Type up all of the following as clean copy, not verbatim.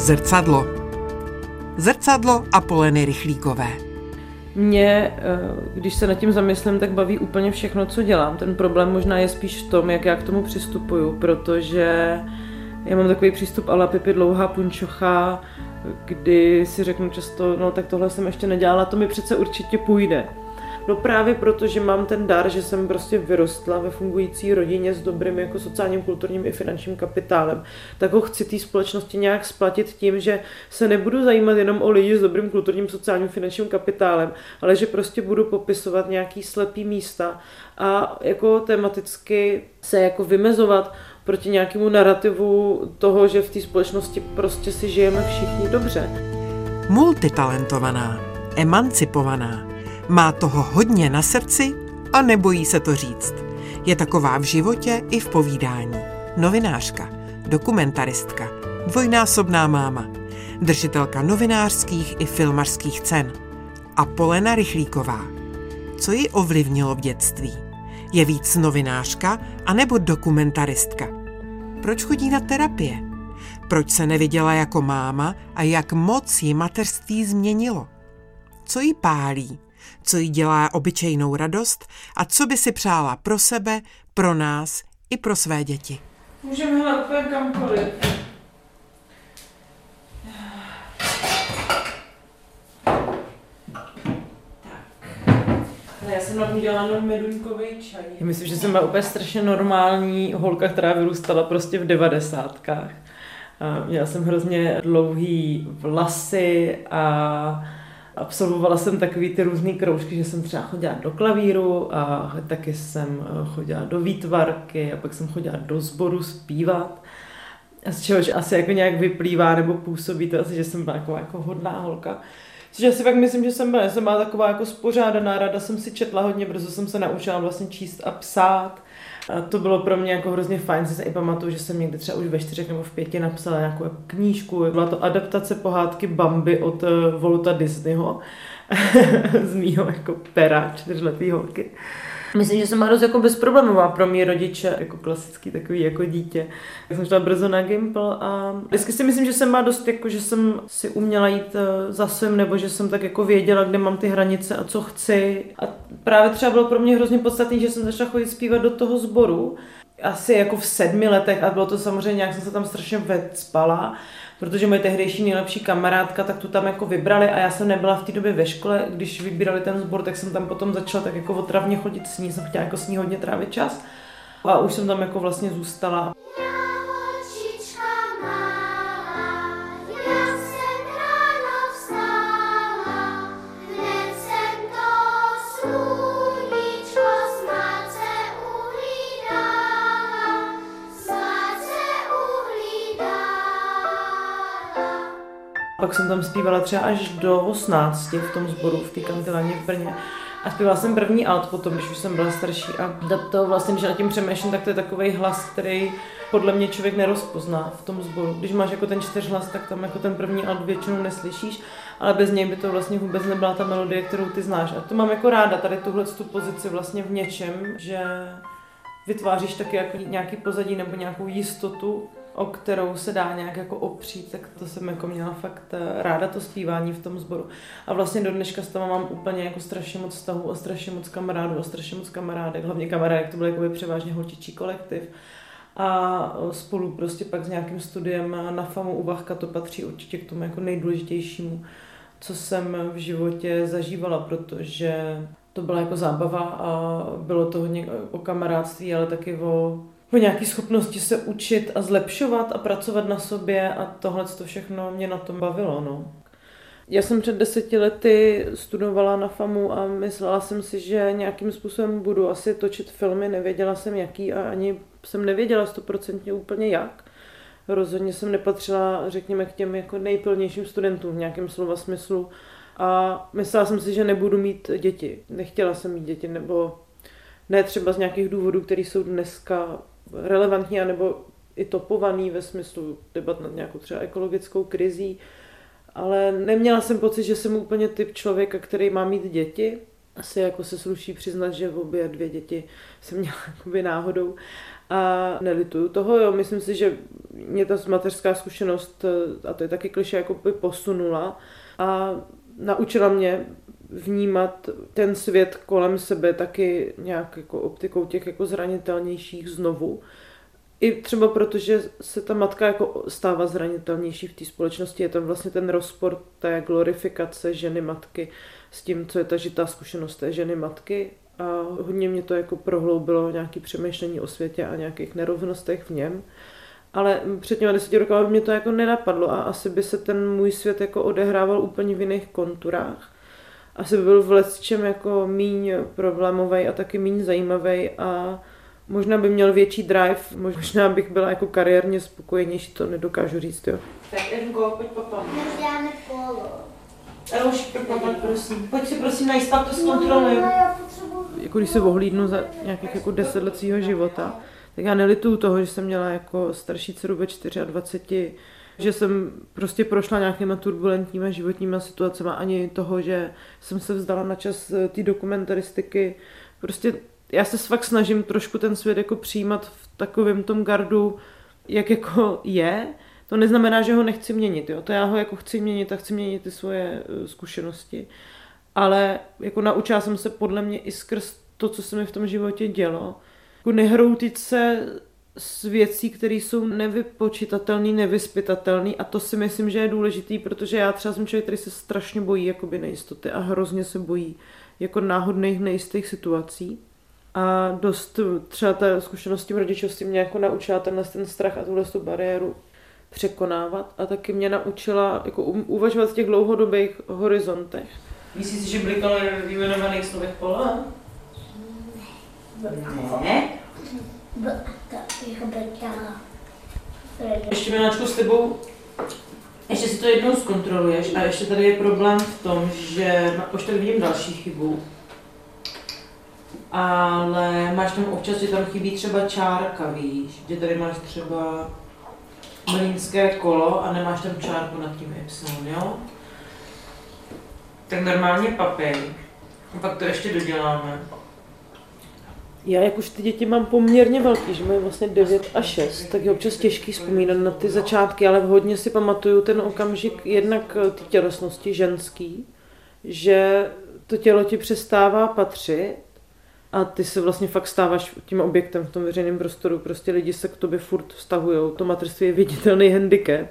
Zrcadlo. Zrcadlo Apoleny Rychlíkové. Mě, když se nad tím zamyslím, tak baví úplně všechno, co dělám. Ten problém možná je spíš v tom, jak já k tomu přistupuju, protože já mám takový přístup a la Pipi dlouhá punčocha, kdy si řeknu často, no tak tohle jsem ještě nedělala, to mi přece určitě půjde. No právě proto, že mám ten dar, že jsem prostě vyrostla ve fungující rodině s dobrým jako sociálním, kulturním i finančním kapitálem, tak ho chci té společnosti nějak splatit tím, že se nebudu zajímat jenom o lidi s dobrým kulturním, sociálním, finančním kapitálem, ale že prostě budu popisovat nějaký slepý místa a jako tematicky se jako vymezovat proti nějakému narrativu toho, že v té společnosti prostě si žijeme všichni dobře. Multitalentovaná, emancipovaná, má toho hodně na srdci a nebojí se to říct. Je taková v životě i v povídání. Novinářka, dokumentaristka, dvojnásobná máma, držitelka novinářských i filmařských cen. Apolena Rychlíková. Co ji ovlivnilo v dětství? Je víc novinářka anebo dokumentaristka? Proč chodí na terapie? Proč se neviděla jako máma a jak moc ji mateřství změnilo? Co jí pálí? Co jí dělá obyčejnou radost a co by si přála pro sebe, pro nás i pro své děti? Můžeme hledat úplně kamkoliv. Já jsem na udělala jenom meduňkový čaj. Já myslím, že jsem byla úplně strašně normální holka, která vyrůstala prostě v 90kách. Měla jsem hrozně dlouhý vlasy a absolvovala jsem takový ty různý kroužky, že jsem třeba chodila do klavíru a taky jsem chodila do výtvarky a pak jsem chodila do sboru zpívat. A z čehož asi jako nějak vyplývá nebo působí to asi, že jsem byla jako hodná holka. Což asi fakt myslím, že jsem byla taková jako spořádaná, ráda jsem si četla hodně, brzo jsem se naučila vlastně číst a psát. A to bylo pro mě jako hrozně fajn, si se i pamatuju, že jsem někdy třeba už ve 4 nebo v 5 napsala nějakou jako knížku. Byla to adaptace pohádky Bambi od Walta Disneyho z mýho jako pera 4letý holky. Myslím, že jsem byla dost jako bezproblémová pro mě rodiče, jako klasický takový jako dítě. Já jsem šla brzo na Gimpl a vždycky si myslím, že jsem byla dost jako, že jsem si uměla jít za svým, nebo že jsem tak jako věděla, kde mám ty hranice a co chci. A právě třeba bylo pro mě hrozně podstatné, že jsem začala chodit zpívat do toho sboru. Asi jako v 7 letech a bylo to samozřejmě, nějak jsem se tam strašně vecpala, protože moje tehdejší nejlepší kamarádka, tak tu tam jako vybrali a já jsem nebyla v té době ve škole, když vybírali ten sbor, tak jsem tam potom začala tak jako otravně chodit s ní, jsem chtěla jako s ní hodně trávit čas a už jsem tam jako vlastně zůstala. Pak jsem tam zpívala třeba až do 18 v tom sboru, v té kantiláně v Brně. A zpívala jsem první alt potom, když už jsem byla starší. A to vlastně, když nad tím přemýšlím, tak to je takovej hlas, který podle mě člověk nerozpozná v tom sboru. Když máš jako ten 4hlas, tak tam jako ten první alt většinou neslyšíš, ale bez něj by to vlastně vůbec nebyla ta melodie, kterou ty znáš. A to mám jako ráda, tady tuhle tu pozici vlastně v něčem, že vytváříš taky jako nějaký pozadí nebo nějakou jistotu, o kterou se dá nějak jako opřít, tak to jsem jako měla fakt ráda, to zpívání v tom sboru. A vlastně do dneška s toho mám úplně jako strašně moc vztahů a strašně moc kamarádů a strašně moc kamarádek, hlavně kamarádek, to byl jako převážně holčičí kolektiv. A spolu prostě pak s nějakým studiem na FAMu u Vachka to patří určitě k tomu jako nejdůležitějšímu, co jsem v životě zažívala, protože to byla jako zábava a bylo to hodně o kamarádství, ale taky o nějaké schopnosti se učit a zlepšovat a pracovat na sobě a tohle to všechno mě na tom bavilo. No. Já jsem před 10 lety studovala na FAMu a myslela jsem si, že nějakým způsobem budu asi točit filmy, nevěděla jsem jaký a ani jsem nevěděla 100% úplně jak. Rozhodně jsem nepatřila, řekněme, k těm jako nejpilnějším studentům v nějakém slova smyslu a myslela jsem si, že nebudu mít děti. Nechtěla jsem mít děti, nebo ne třeba z nějakých důvodů, které jsou dneska relevantní, anebo i topovaný ve smyslu debat nad nějakou třeba ekologickou krizí, ale neměla jsem pocit, že jsem úplně typ člověka, který má mít děti. asi jako se sluší přiznat, že obě 2 děti jsem měla jakoby náhodou a nelituju toho, jo. Myslím si, že mě ta mateřská zkušenost, a to je taky klišé, jakoby posunula a naučila mě vnímat ten svět kolem sebe taky nějak jako optikou těch jako zranitelnějších znovu. I třeba protože se ta matka jako stává zranitelnější v té společnosti, je tam vlastně ten rozpor té glorifikace ženy matky s tím, co je ta žitá zkušenost té ženy matky. A hodně mě to jako prohloubilo nějaké přemýšlení o světě a nějakých nerovnostech v něm. Ale před těmi 10 rokama mě to jako nenapadlo a asi by se ten můj svět jako odehrával úplně v jiných konturách. Asi by byl v lecčem jako míň problémovej a taky míň zajímavej a možná by měl větší drive, možná bych byla jako kariérně spokojenější, to nedokážu říct, jo. Tak Erngo, pojď papa. Dáme kolo. Eloš, pojď papa, prosím. Pojď si prosím najít, pak to zkontroluju. Jako když se ohlídnu za nějakých jako 10 let svýho života, tak já nelituju toho, že jsem měla jako starší dceru ve 24, že jsem prostě prošla nějakýma turbulentníma životníma situacemi, ani toho, že jsem se vzdala na čas té dokumentaristiky. Prostě já se fakt snažím trošku ten svět jako přijímat v takovém tom gardu, jak jako je. To neznamená, že ho nechci měnit, jo. To já ho jako chci měnit a chci měnit ty svoje zkušenosti. Ale jako naučila jsem se podle mě i skrz to, co se mi v tom životě dělo, jako nehroutit se s věcí, které jsou nevypočitatelné, nevyzpytatelné a to si myslím, že je důležitý, protože já třeba jsem člověk, který se strašně bojí jakoby nejistoty a hrozně se bojí jako náhodných nejistých situací. A dost třeba ta zkušenost s tím rodičovstvím mě jako naučila ten strach a tuhle bariéru překonávat a taky mě naučila jako uvažovat v těch dlouhodobých horizontech. Myslíš si, že blikalo je ve vyjmenovaných slovech Pola? Ne. Ještě Miláčku s tebou, ještě si to jednou zkontroluješ a ještě tady je problém v tom, že už tady vidím další chybu. Ale máš tam občas, že tam chybí třeba čárka, víš, že tady máš třeba mlýnské kolo a nemáš tam čárku nad tím Y, jo? Tak normálně papej, a pak to ještě doděláme. Já jak už ty děti mám poměrně velký, že mají vlastně 9 a 6, tak je občas těžký vzpomínat na ty začátky, ale hodně si pamatuju ten okamžik jednak té tělesnosti ženský, že to tělo ti přestává patřit a ty se vlastně fakt stáváš tím objektem v tom veřejném prostoru, prostě lidi se k tobě furt vztahujou, to mateřství je viditelný handicap.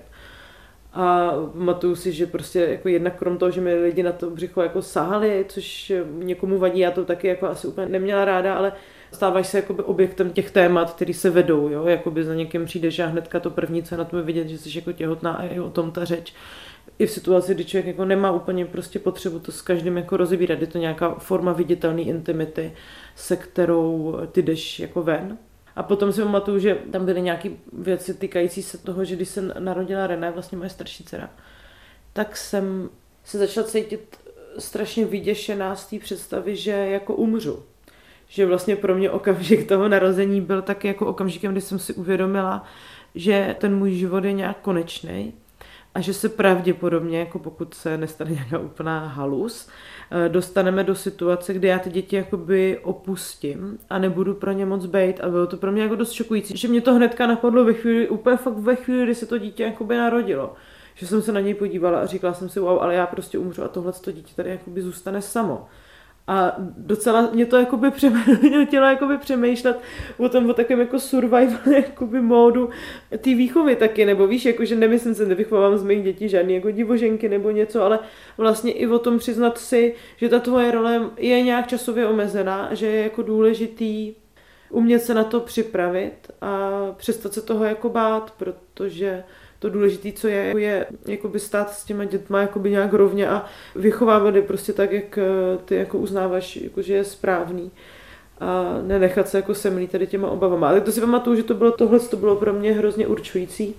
A pamatuju si, že prostě jako jednak krom toho, že mi lidi na to břicho jako sahali, což někomu vadí, já to taky jako asi úplně neměla ráda, ale stáváš se jakoby objektem těch témat, který se vedou, jo, jakoby za někým přijdeš a hnedka to první, co je na tobě vidět, že jsi jako těhotná a je o tom ta řeč. I v situaci, kdy člověk jako nemá úplně prostě potřebu to s každým jako rozebírat, je to nějaká forma viditelné intimity, se kterou ty jdeš jako ven. A potom si pamatuju, že tam byly nějaké věci týkající se toho, že když se narodila René, vlastně moje starší dcera, tak jsem se začala cítit strašně vyděšená z té představy, že jako umřu. Že vlastně pro mě okamžik toho narození byl taky jako okamžikem, kdy jsem si uvědomila, že ten můj život je nějak konečný a že se pravděpodobně, jako pokud se nestane nějaká úplná halus, dostaneme do situace, kdy já ty děti jakoby opustím a nebudu pro ně moc bejt a bylo to pro mě jako dost šokující, že mě to hnedka napadlo úplně fakt ve chvíli, kdy se to dítě jakoby narodilo. Že jsem se na něj podívala a říkala jsem si, wow, ale já prostě umřu a tohle to dítě tady jakoby zůstane samo. A docela mě to jakoby chtělo jakoby přemýšlet o tom, o takovém jako survival jakoby módu té výchovy taky, nebo víš, jakože nemyslím se, nevychovávám z mých dětí žádný jako divoženky nebo něco, ale vlastně i o tom přiznat si, že ta tvoje role je nějak časově omezená, že je jako důležitý umět se na to připravit a přestat se toho jako bát, protože to důležité, co je jakoby stát s těma dětma jakoby nějak rovně a vychovávat je prostě tak, jak ty jako uznáváš, jako, že je správný a nenechat se jako semlít tady těma obavama. Ale to si pamatuju, že tohle to bylo pro mě hrozně určující.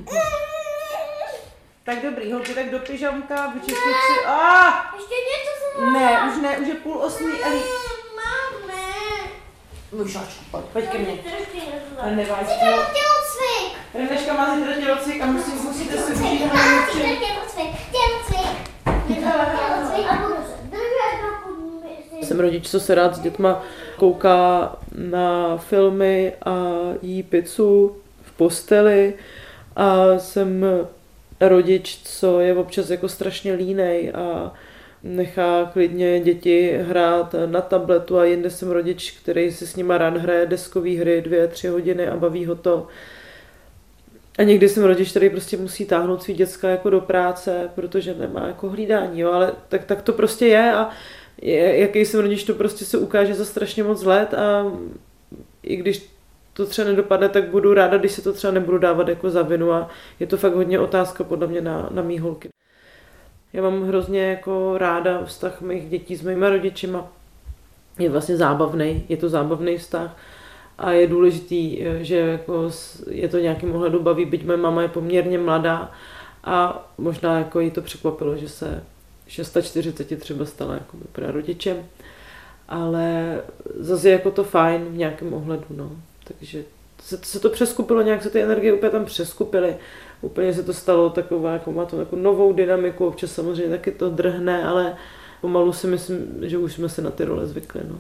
Tak dobrý, holky, tak do pyžamka, vyčistit si... Ještě něco se má. Ne, už je 7:30, Eli. Máme. Vyšačku, pojď ke mně. Nevádí. Zítra mám tělocvik. Reneška má zítra tělocvik a musíte si užít Tělocvik. Tělocvik. Jsem rodič, co se rád s dětma kouká na filmy a jí pizzu v posteli a jsem rodič, co je občas jako strašně línej a nechá klidně děti hrát na tabletu a jinde jsem rodič, který si s nima rád hraje deskový hry 2-3 hodiny a baví ho to. A někdy jsem rodič, který prostě musí táhnout svý děcka jako do práce, protože nemá jako hlídání, jo, ale tak to prostě je a jaký jsem rodič, to prostě se ukáže za strašně moc let a i když to třeba nedopadne, tak budu ráda, když se to třeba nebudu dávat jako za vinu a je to fakt hodně otázka podle mě na mý holky. Já mám hrozně jako ráda vztah mých dětí s mýma rodičima. Je vlastně zábavný, je to zábavný vztah a je důležitý, že jako je to nějakým ohledu baví, byť moje máma je poměrně mladá a možná jako jí to překvapilo, že se 46 třeba stala jako prarodičem, ale zase jako to fajn v nějakém ohledu, no. Takže se to přeskupilo, nějak se ty energie úplně tam přeskupily, úplně se to stalo taková, jako má to jako novou dynamiku, občas samozřejmě taky to drhne, ale pomalu si myslím, že už jsme se na ty role zvykli, no.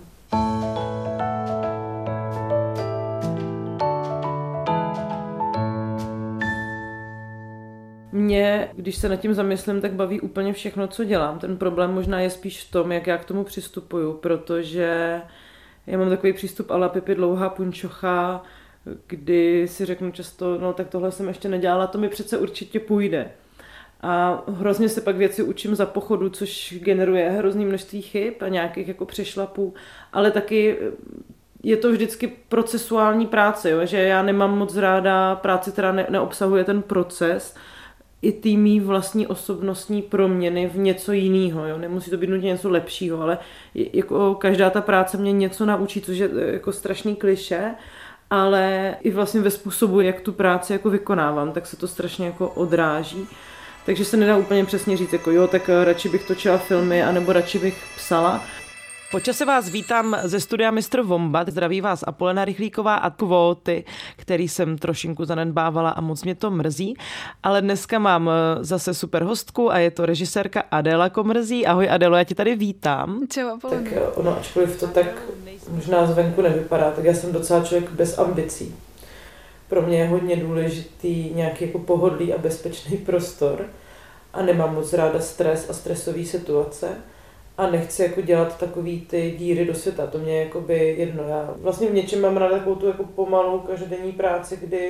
Mě, když se nad tím zamyslím, tak baví úplně všechno, co dělám. Ten problém možná je spíš v tom, jak já k tomu přistupuju, protože já mám takový přístup a la Pipi dlouhá punčocha, kdy si řeknu často, no tak tohle jsem ještě nedělala, to mi přece určitě půjde. A hrozně se pak věci učím za pochodu, což generuje hrozný množství chyb a nějakých jako přešlapů, ale taky je to vždycky procesuální práce, jo? Že já nemám moc ráda práci, která neobsahuje ten proces, i ty mý vlastní osobnostní proměny v něco jiného. Jo? Nemusí to být nutně něco lepšího, ale jako každá ta práce mě něco naučí, což je jako strašný klišé, ale i vlastně ve způsobu, jak tu práci jako vykonávám, tak se to strašně jako odráží. Takže se nedá úplně přesně říct, jako jo, tak radši bych točila filmy, anebo radši bych psala. Po čase vás vítám ze studia Mr. Vombat. Zdraví vás Apolena Rychlíková a kvóty, který jsem trošinku zanedbávala a moc mě to mrzí. Ale dneska mám zase super hostku a je to režisérka Adéla Komrzí. Ahoj Adélo, já tě tady vítám. Čau Apolena. Tak ono, ačkoliv to tak možná zvenku nevypadá, tak já jsem docela člověk bez ambicí. Pro mě je hodně důležitý nějaký jako pohodlý a bezpečný prostor a nemám moc ráda stres a stresové situace. A nechci jako dělat takový ty díry do světa, to mě je jakoby jedno. Já vlastně v něčem mám ráda takovou tu jako pomalou každodenní práci, kdy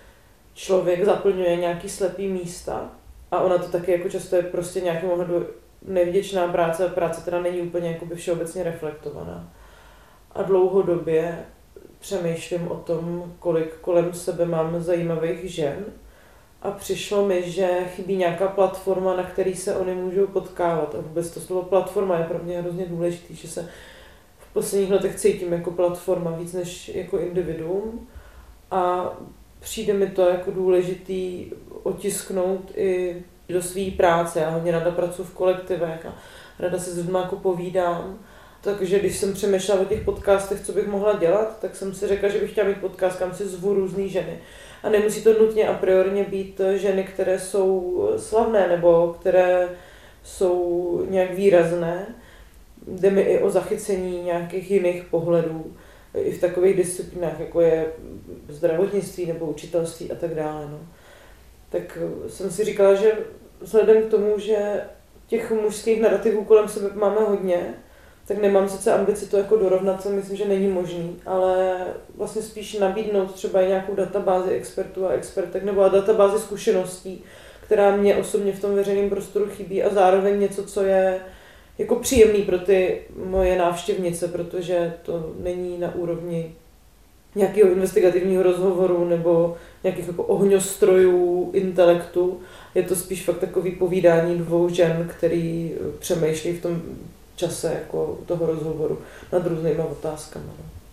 člověk zaplňuje nějaký slepý místa a ona to taky jako často je prostě nějakým ohledu nevděčná práce a práce teda není úplně jakoby všeobecně reflektovaná. A dlouhodobě přemýšlím o tom, kolik kolem sebe mám zajímavých žen a přišlo mi, že chybí nějaká platforma, na který se oni můžou potkávat. A vůbec to slovo platforma je pro mě hrozně důležitý, že se v posledních letech cítím jako platforma víc než jako individuum. A přijde mi to jako důležitý otisknout i do své práce. Já hodně ráda pracuji v kolektivech a ráda se s lidmi jako povídám. Takže když jsem přemýšlela o těch podcastech, co bych mohla dělat, tak jsem si řekla, že bych chtěla mít podcast, kam si zvu různý ženy. A nemusí to nutně a priorně být ženy, které jsou slavné nebo které jsou nějak výrazné. Jde mi i o zachycení nějakých jiných pohledů i v takových disciplinách, jako je zdravotnictví nebo učitelství a tak dále. No. Tak jsem si říkala, že vzhledem k tomu, že těch mužských narrativů kolem sebe máme hodně, tak nemám sice ambici to jako dorovnat, co myslím, že není možný, ale vlastně spíš nabídnout třeba i nějakou databázi expertů a expertek nebo databázi zkušeností, která mě osobně v tom veřejném prostoru chybí a zároveň něco, co je jako příjemný pro ty moje návštěvnice, protože to není na úrovni nějakého investigativního rozhovoru nebo nějakých jako ohňostrojů intelektu. Je to spíš fakt takový povídání dvou žen, který přemýšlí v tom čase jako toho rozhovoru nad různýma otázkami.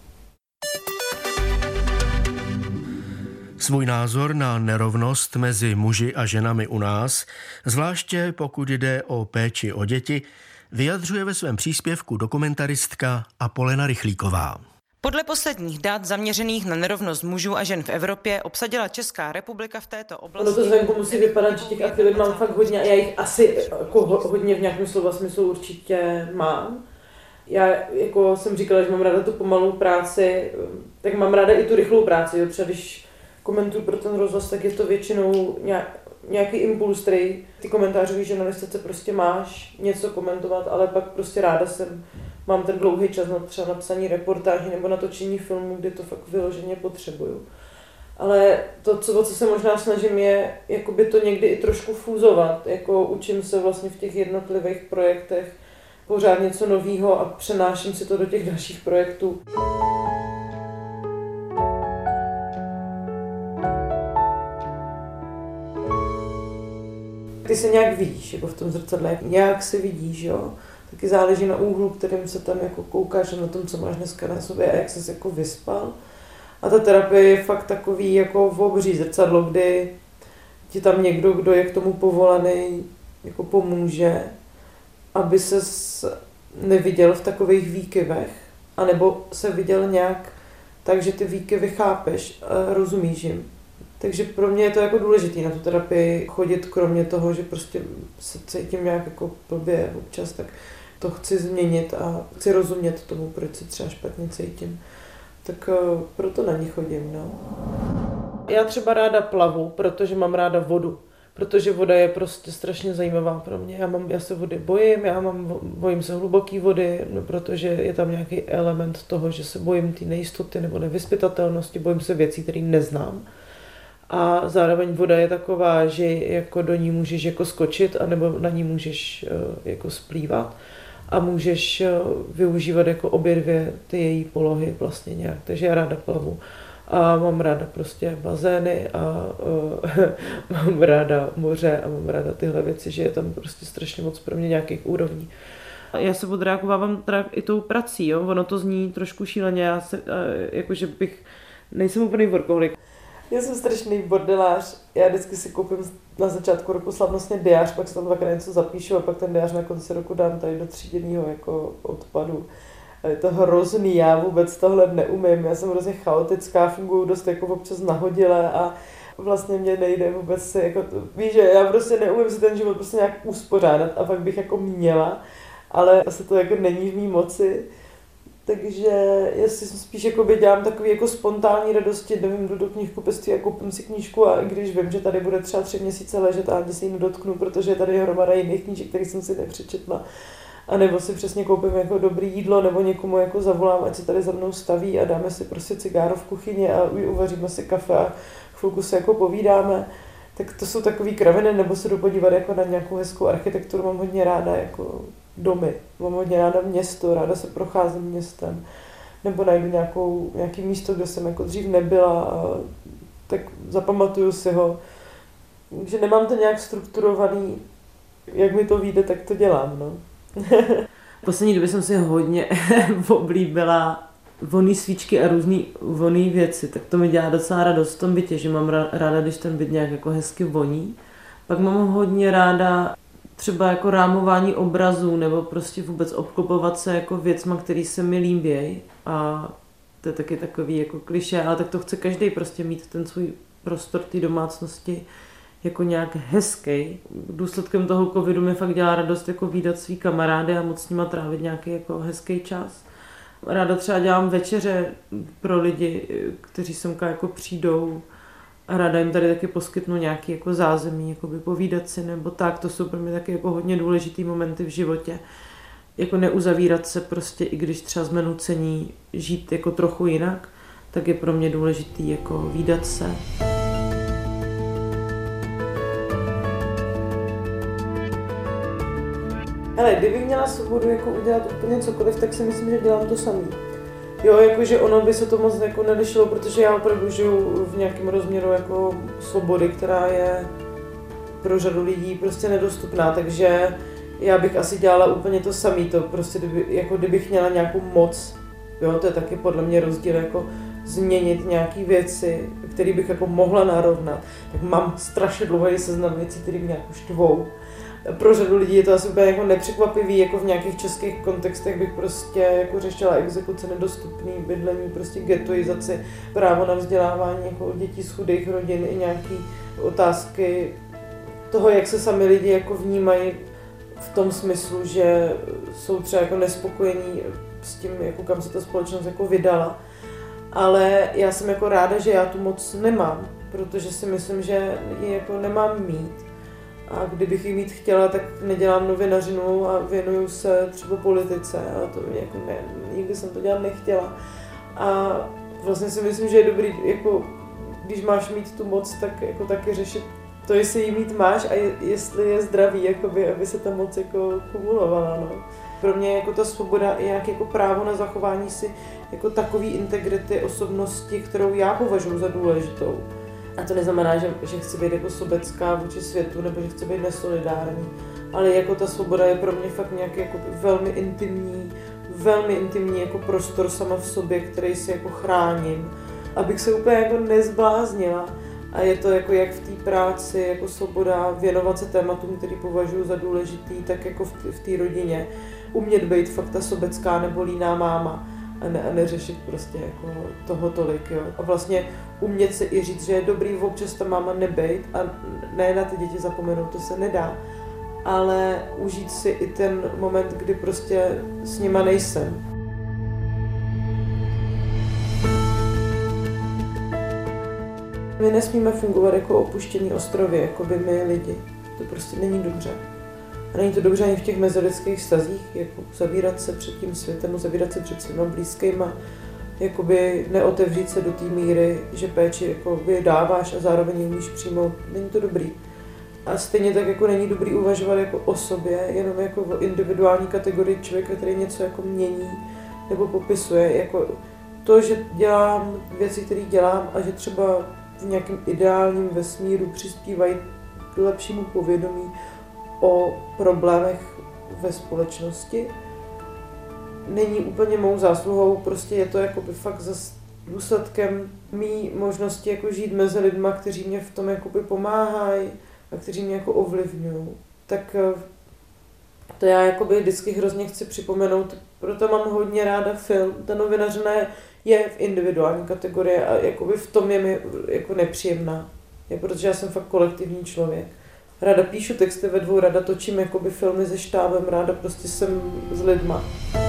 Svůj názor na nerovnost mezi muži a ženami u nás, zvláště pokud jde o péči o děti, vyjadřuje ve svém příspěvku dokumentaristka Apolena Rychlíková. Podle posledních dat zaměřených na nerovnost mužů a žen v Evropě obsadila Česká republika v této oblasti. Ono to zvenku musí vypadat, že těch aktivit mám fakt hodně a já jich asi jako hodně v nějakém slova smyslu určitě mám. Já jako jsem říkala, že mám ráda tu pomalou práci, tak mám ráda i tu rychlou práci. Jo. Třeba když komentuju pro ten rozhlas, tak je to většinou nějaký impuls, který ty komentářový žurnalistice prostě máš něco komentovat, ale pak prostě ráda mám ten dlouhý čas na třeba napsaní reportáží nebo natočení filmu, kdy to fakt vyloženě potřebuju. Ale to, o co se možná snažím, je jakoby to někdy i trošku fúzovat. Jako učím se vlastně v těch jednotlivých projektech pořád něco nového a přenáším si to do těch dalších projektů. Ty se nějak vidíš, jako v tom zrcadle, nějak se vidíš, jo. Taky záleží na úhlu, kterým se tam jako koukáš na tom, co máš dneska na sobě a jak ses jako vyspal. A ta terapie je fakt takový jako obří zrcadlo, kdy ti tam někdo, kdo je k tomu povolaný, jako pomůže, aby ses neviděl v takových výkyvech, anebo se viděl nějak tak, že ty výkyvy chápeš a rozumíš jim. Takže pro mě je to jako důležité na tu terapii chodit, kromě toho, že prostě se cítím nějak jako blbě občas, tak to chci změnit a chci rozumět tomu, proč se třeba špatně cítím. Tak proto na ní chodím, no. Já třeba ráda plavu, protože mám ráda vodu. Protože voda je prostě strašně zajímavá pro mě. Já se vody bojím, bojím se hluboký vody, no, protože je tam nějaký element toho, že se bojím té nejistoty nebo nevyzpytatelnosti, bojím se věcí, které neznám. A zároveň voda je taková, že jako do ní můžeš jako skočit, anebo na ní můžeš jako splývat a můžeš využívat jako obě dvě ty její polohy vlastně nějak. Takže já ráda plavu. A mám ráda prostě bazény a mám ráda moře a mám ráda tyhle věci, že je tam prostě strašně moc pro mě nějakých úrovní. Já se odreagovávám teda i tou prací, jo? Ono to zní trošku šíleně, jakože nejsem úplný workoholik. Já jsem strašný bordelář, já vždycky si koupím na začátku roku slavnostně diář, pak se tam dvakrát něco zapíšu a pak ten diář na konci roku dám tady do tříděného jako odpadu. A je to hrozný, já vůbec tohle neumím, já jsem hrozně chaotická, funguju dost jako občas nahodile a vlastně mě nejde vůbec se jako, víš, že já prostě neumím si ten život prostě nějak uspořádat a pak bych jako měla, ale asi to jako není v mý moci. Takže jestli spíš jako dělám takový jako spontánní radosti, nevím, jdu do knihkupectví a koupím si knížku a i když vím, že tady bude třeba 3 měsíce ležet a ani se jí nedotknu, protože tady je hromada jiných knížek, které jsem si nepřečetla. A nebo si přesně koupím jako dobrý jídlo, nebo někomu jako zavolám, ať se tady za mnou staví a dáme si prostě cigáro v kuchyni a uvaříme si kafe a chvilku se jako povídáme. Tak to jsou takový kraviny, nebo se jdu podívat jako na nějakou hezkou architekturu, mám hodně ráda jako domy, mám hodně ráda město, ráda se procházím městem, nebo najdu nějaký místo, kde jsem jako dřív nebyla a tak zapamatuju si ho. Takže nemám to nějak strukturovaný, jak mi to vyjde, tak to dělám, no. V poslední době jsem si hodně oblíbila vonný svíčky a různý vonný věci, tak to mi dělá docela radost v tom bytě, že mám ráda, když ten byt nějak jako hezky voní. Pak mám hodně ráda třeba jako rámování obrazů nebo prostě vůbec obklopovat se jako věcma, který se mi líbějí a to je taky takový jako klišé, ale tak to chce každý prostě mít ten svůj prostor té domácnosti jako nějak hezký. Důsledkem toho covidu mi fakt dělá radost jako vídat svý kamarády a moc s nima trávit nějaký jako hezký čas. Ráda třeba dělám večeře pro lidi, kteří semka jako přijdou a ráda jim tady taky poskytnu nějaký jako zázemí, jako povídat si nebo tak. To jsou pro mě taky jako hodně důležitý momenty v životě. Jako neuzavírat se prostě, i když třeba jsme nucení žít jako trochu jinak, tak je pro mě důležitý jako vídat se. Hele, kdybych měla svobodu jako udělat úplně cokoliv, tak si myslím, že dělám to samý. Jo, jakože ono by se to moc jako nelišilo, protože já opravdu žiju v nějakém rozměru jako svobody, která je pro řadu lidí prostě nedostupná, takže já bych asi dělala úplně to samý, to prostě kdybych měla nějakou moc, jo, to je taky podle mě rozdíl, jako změnit nějaký věci, které bych jako mohla narovnat, tak mám strašně dlouhý seznam věcí, které mě jako štvou. Pro řadu lidí je to asi úplně jako nepřekvapivý, jako v nějakých českých kontextech bych prostě jako řešila exekuce, nedostupný bydlení, prostě ghettoizaci, právo na vzdělávání jako dětí z chudých rodin i nějaký otázky toho, jak se sami lidi jako vnímají v tom smyslu, že jsou třeba jako nespokojení s tím, jako kam se ta společnost jako vydala. Ale já jsem jako ráda, že já tu moc nemám, protože si myslím, že ji jako nemám mít. A kdybych ji mít chtěla, tak nedělám novinařinu a věnuju se třeba politice. A to jako nikdy jsem to dělat nechtěla. A vlastně si myslím, že je dobrý, jako, když máš mít tu moc, tak jako taky řešit to, jestli ji mít máš a jestli je zdravý, jakoby, aby se ta moc jako kumulovala. No. Pro mě jako ta svoboda je nějak jako právo na zachování si jako takový integrity osobnosti, kterou já považuji za důležitou. A to neznamená, že chci být jako sobecká vůči světu nebo že chci být nesolidární, ale jako ta svoboda je pro mě fakt nějaký jako velmi intimní jako prostor sama v sobě, který si jako chráním, abych se úplně jako nezbláznila. A je to jako jak v té práci, jako svoboda věnovat se tématům, který považuji za důležitý, tak jako v té rodině. Umět být fakt ta sobecká nebo líná máma a neřešit prostě jako toho tolik, jo. A vlastně umět se i říct, že je dobrý občas ta máma nebejt a ne na ty děti zapomenout, to se nedá. Ale užít si i ten moment, kdy prostě s nima nejsem. My nesmíme fungovat jako opuštění ostrovy, jako by my lidi. To prostě není dobře. A není to dobře ani v těch mezilidských vztazích, jako zavírat se před tím světem, zavírat se před svýma blízkýma, jakoby neotevřít se do té míry, že péči jakoby dáváš a zároveň ji umíš přijmout. Není to dobrý. A stejně tak jako není dobrý uvažovat jako o sobě, jenom jako o individuální kategorii člověka, který něco jako mění nebo popisuje. Jako to, že dělám věci, které dělám a že třeba v nějakém ideálním vesmíru přispívají k lepšímu povědomí o problémech ve společnosti, není úplně mou zásluhou, prostě je to jakoby fakt zase důsledkem mý možnosti jako žít mezi lidma, kteří mě v tom jakoby pomáhají a kteří mě jako ovlivňují. Tak to já jakoby vždycky hrozně chci připomenout, proto mám hodně ráda film. Ta novinařina je v individuální kategorii a jakoby v tom je mi jako nepříjemná, protože já jsem fakt kolektivní člověk. Ráda píšu texty ve dvou, ráda točím jakoby filmy se štábem, ráda prostě jsem s lidma.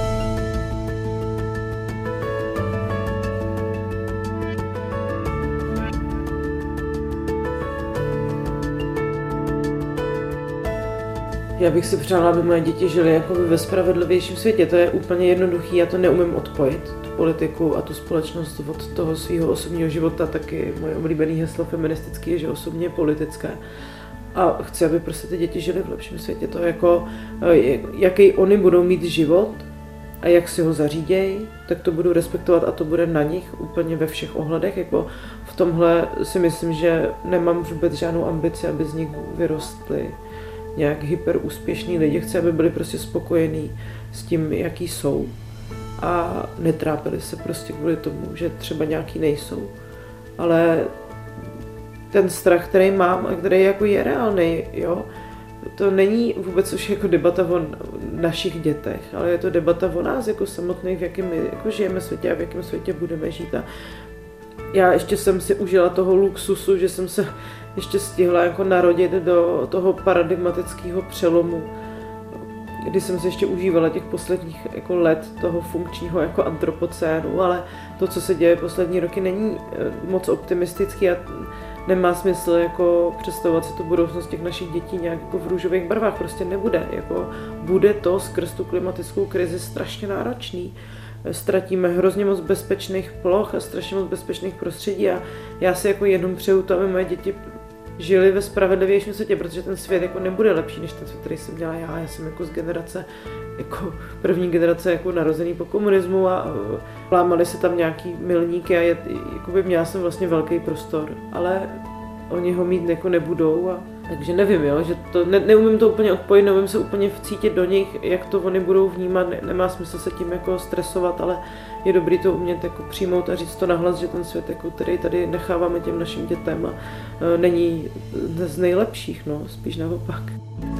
Já bych si přála, aby moje děti žily jakoby ve spravedlivějším světě. To je úplně jednoduchý, já to neumím odpojit, tu politiku a tu společnost od toho svého osobního života. Taky moje oblíbené heslo feministické je, že osobně politické. A chci, aby prostě ty děti žily v lepším světě. To jako, jaký oni budou mít život a jak si ho zařídějí, tak to budu respektovat a to bude na nich úplně ve všech ohledech. Jako v tomhle si myslím, že nemám vůbec žádnou ambici, aby z nich vyrostly nějak hyperúspěšní lidi. Chci, aby byli prostě spokojení s tím, jaký jsou a netrápili se prostě kvůli tomu, že třeba nějaký nejsou. Ale ten strach, který mám a který jako je reálný, jo, to není vůbec už jako debata o našich dětech, ale je to debata o nás jako samotných, v jakém my jako žijeme světě a v jakém světě budeme žít. A já ještě jsem si užila toho luxusu, že jsem se ještě stihla jako narodit do toho paradigmatického přelomu, kdy jsem se ještě užívala těch posledních jako let toho funkčního jako antropocénu, ale to, co se děje poslední roky, není moc optimistický a nemá smysl jako představovat si tu budoucnost těch našich dětí nějak jako v růžových barvách, prostě nebude. Jako bude to skrz tu klimatickou krizi strašně náročný. Ztratíme hrozně moc bezpečných ploch a strašně moc bezpečných prostředí a já si jako jenom přeju to, aby moje děti žili ve spravedlivějším světě, protože ten svět jako nebude lepší než ten svět, který jsem dělala já. Já jsem jako z generace, jako první generace jako narozený po komunismu a lámaly se tam nějaký milníky a jakoby měla jsem vlastně velký prostor, ale oni ho mít jako nebudou a takže nevím, jo, že to neumím to úplně odpojit, neumím se úplně vcítit do nich, jak to oni budou vnímat, nemá smysl se tím jako stresovat, ale je dobrý to umět jako přijmout a říct to nahlas, že ten svět, jako, který tady necháváme těm našim dětem a není z nejlepších, no, spíš naopak.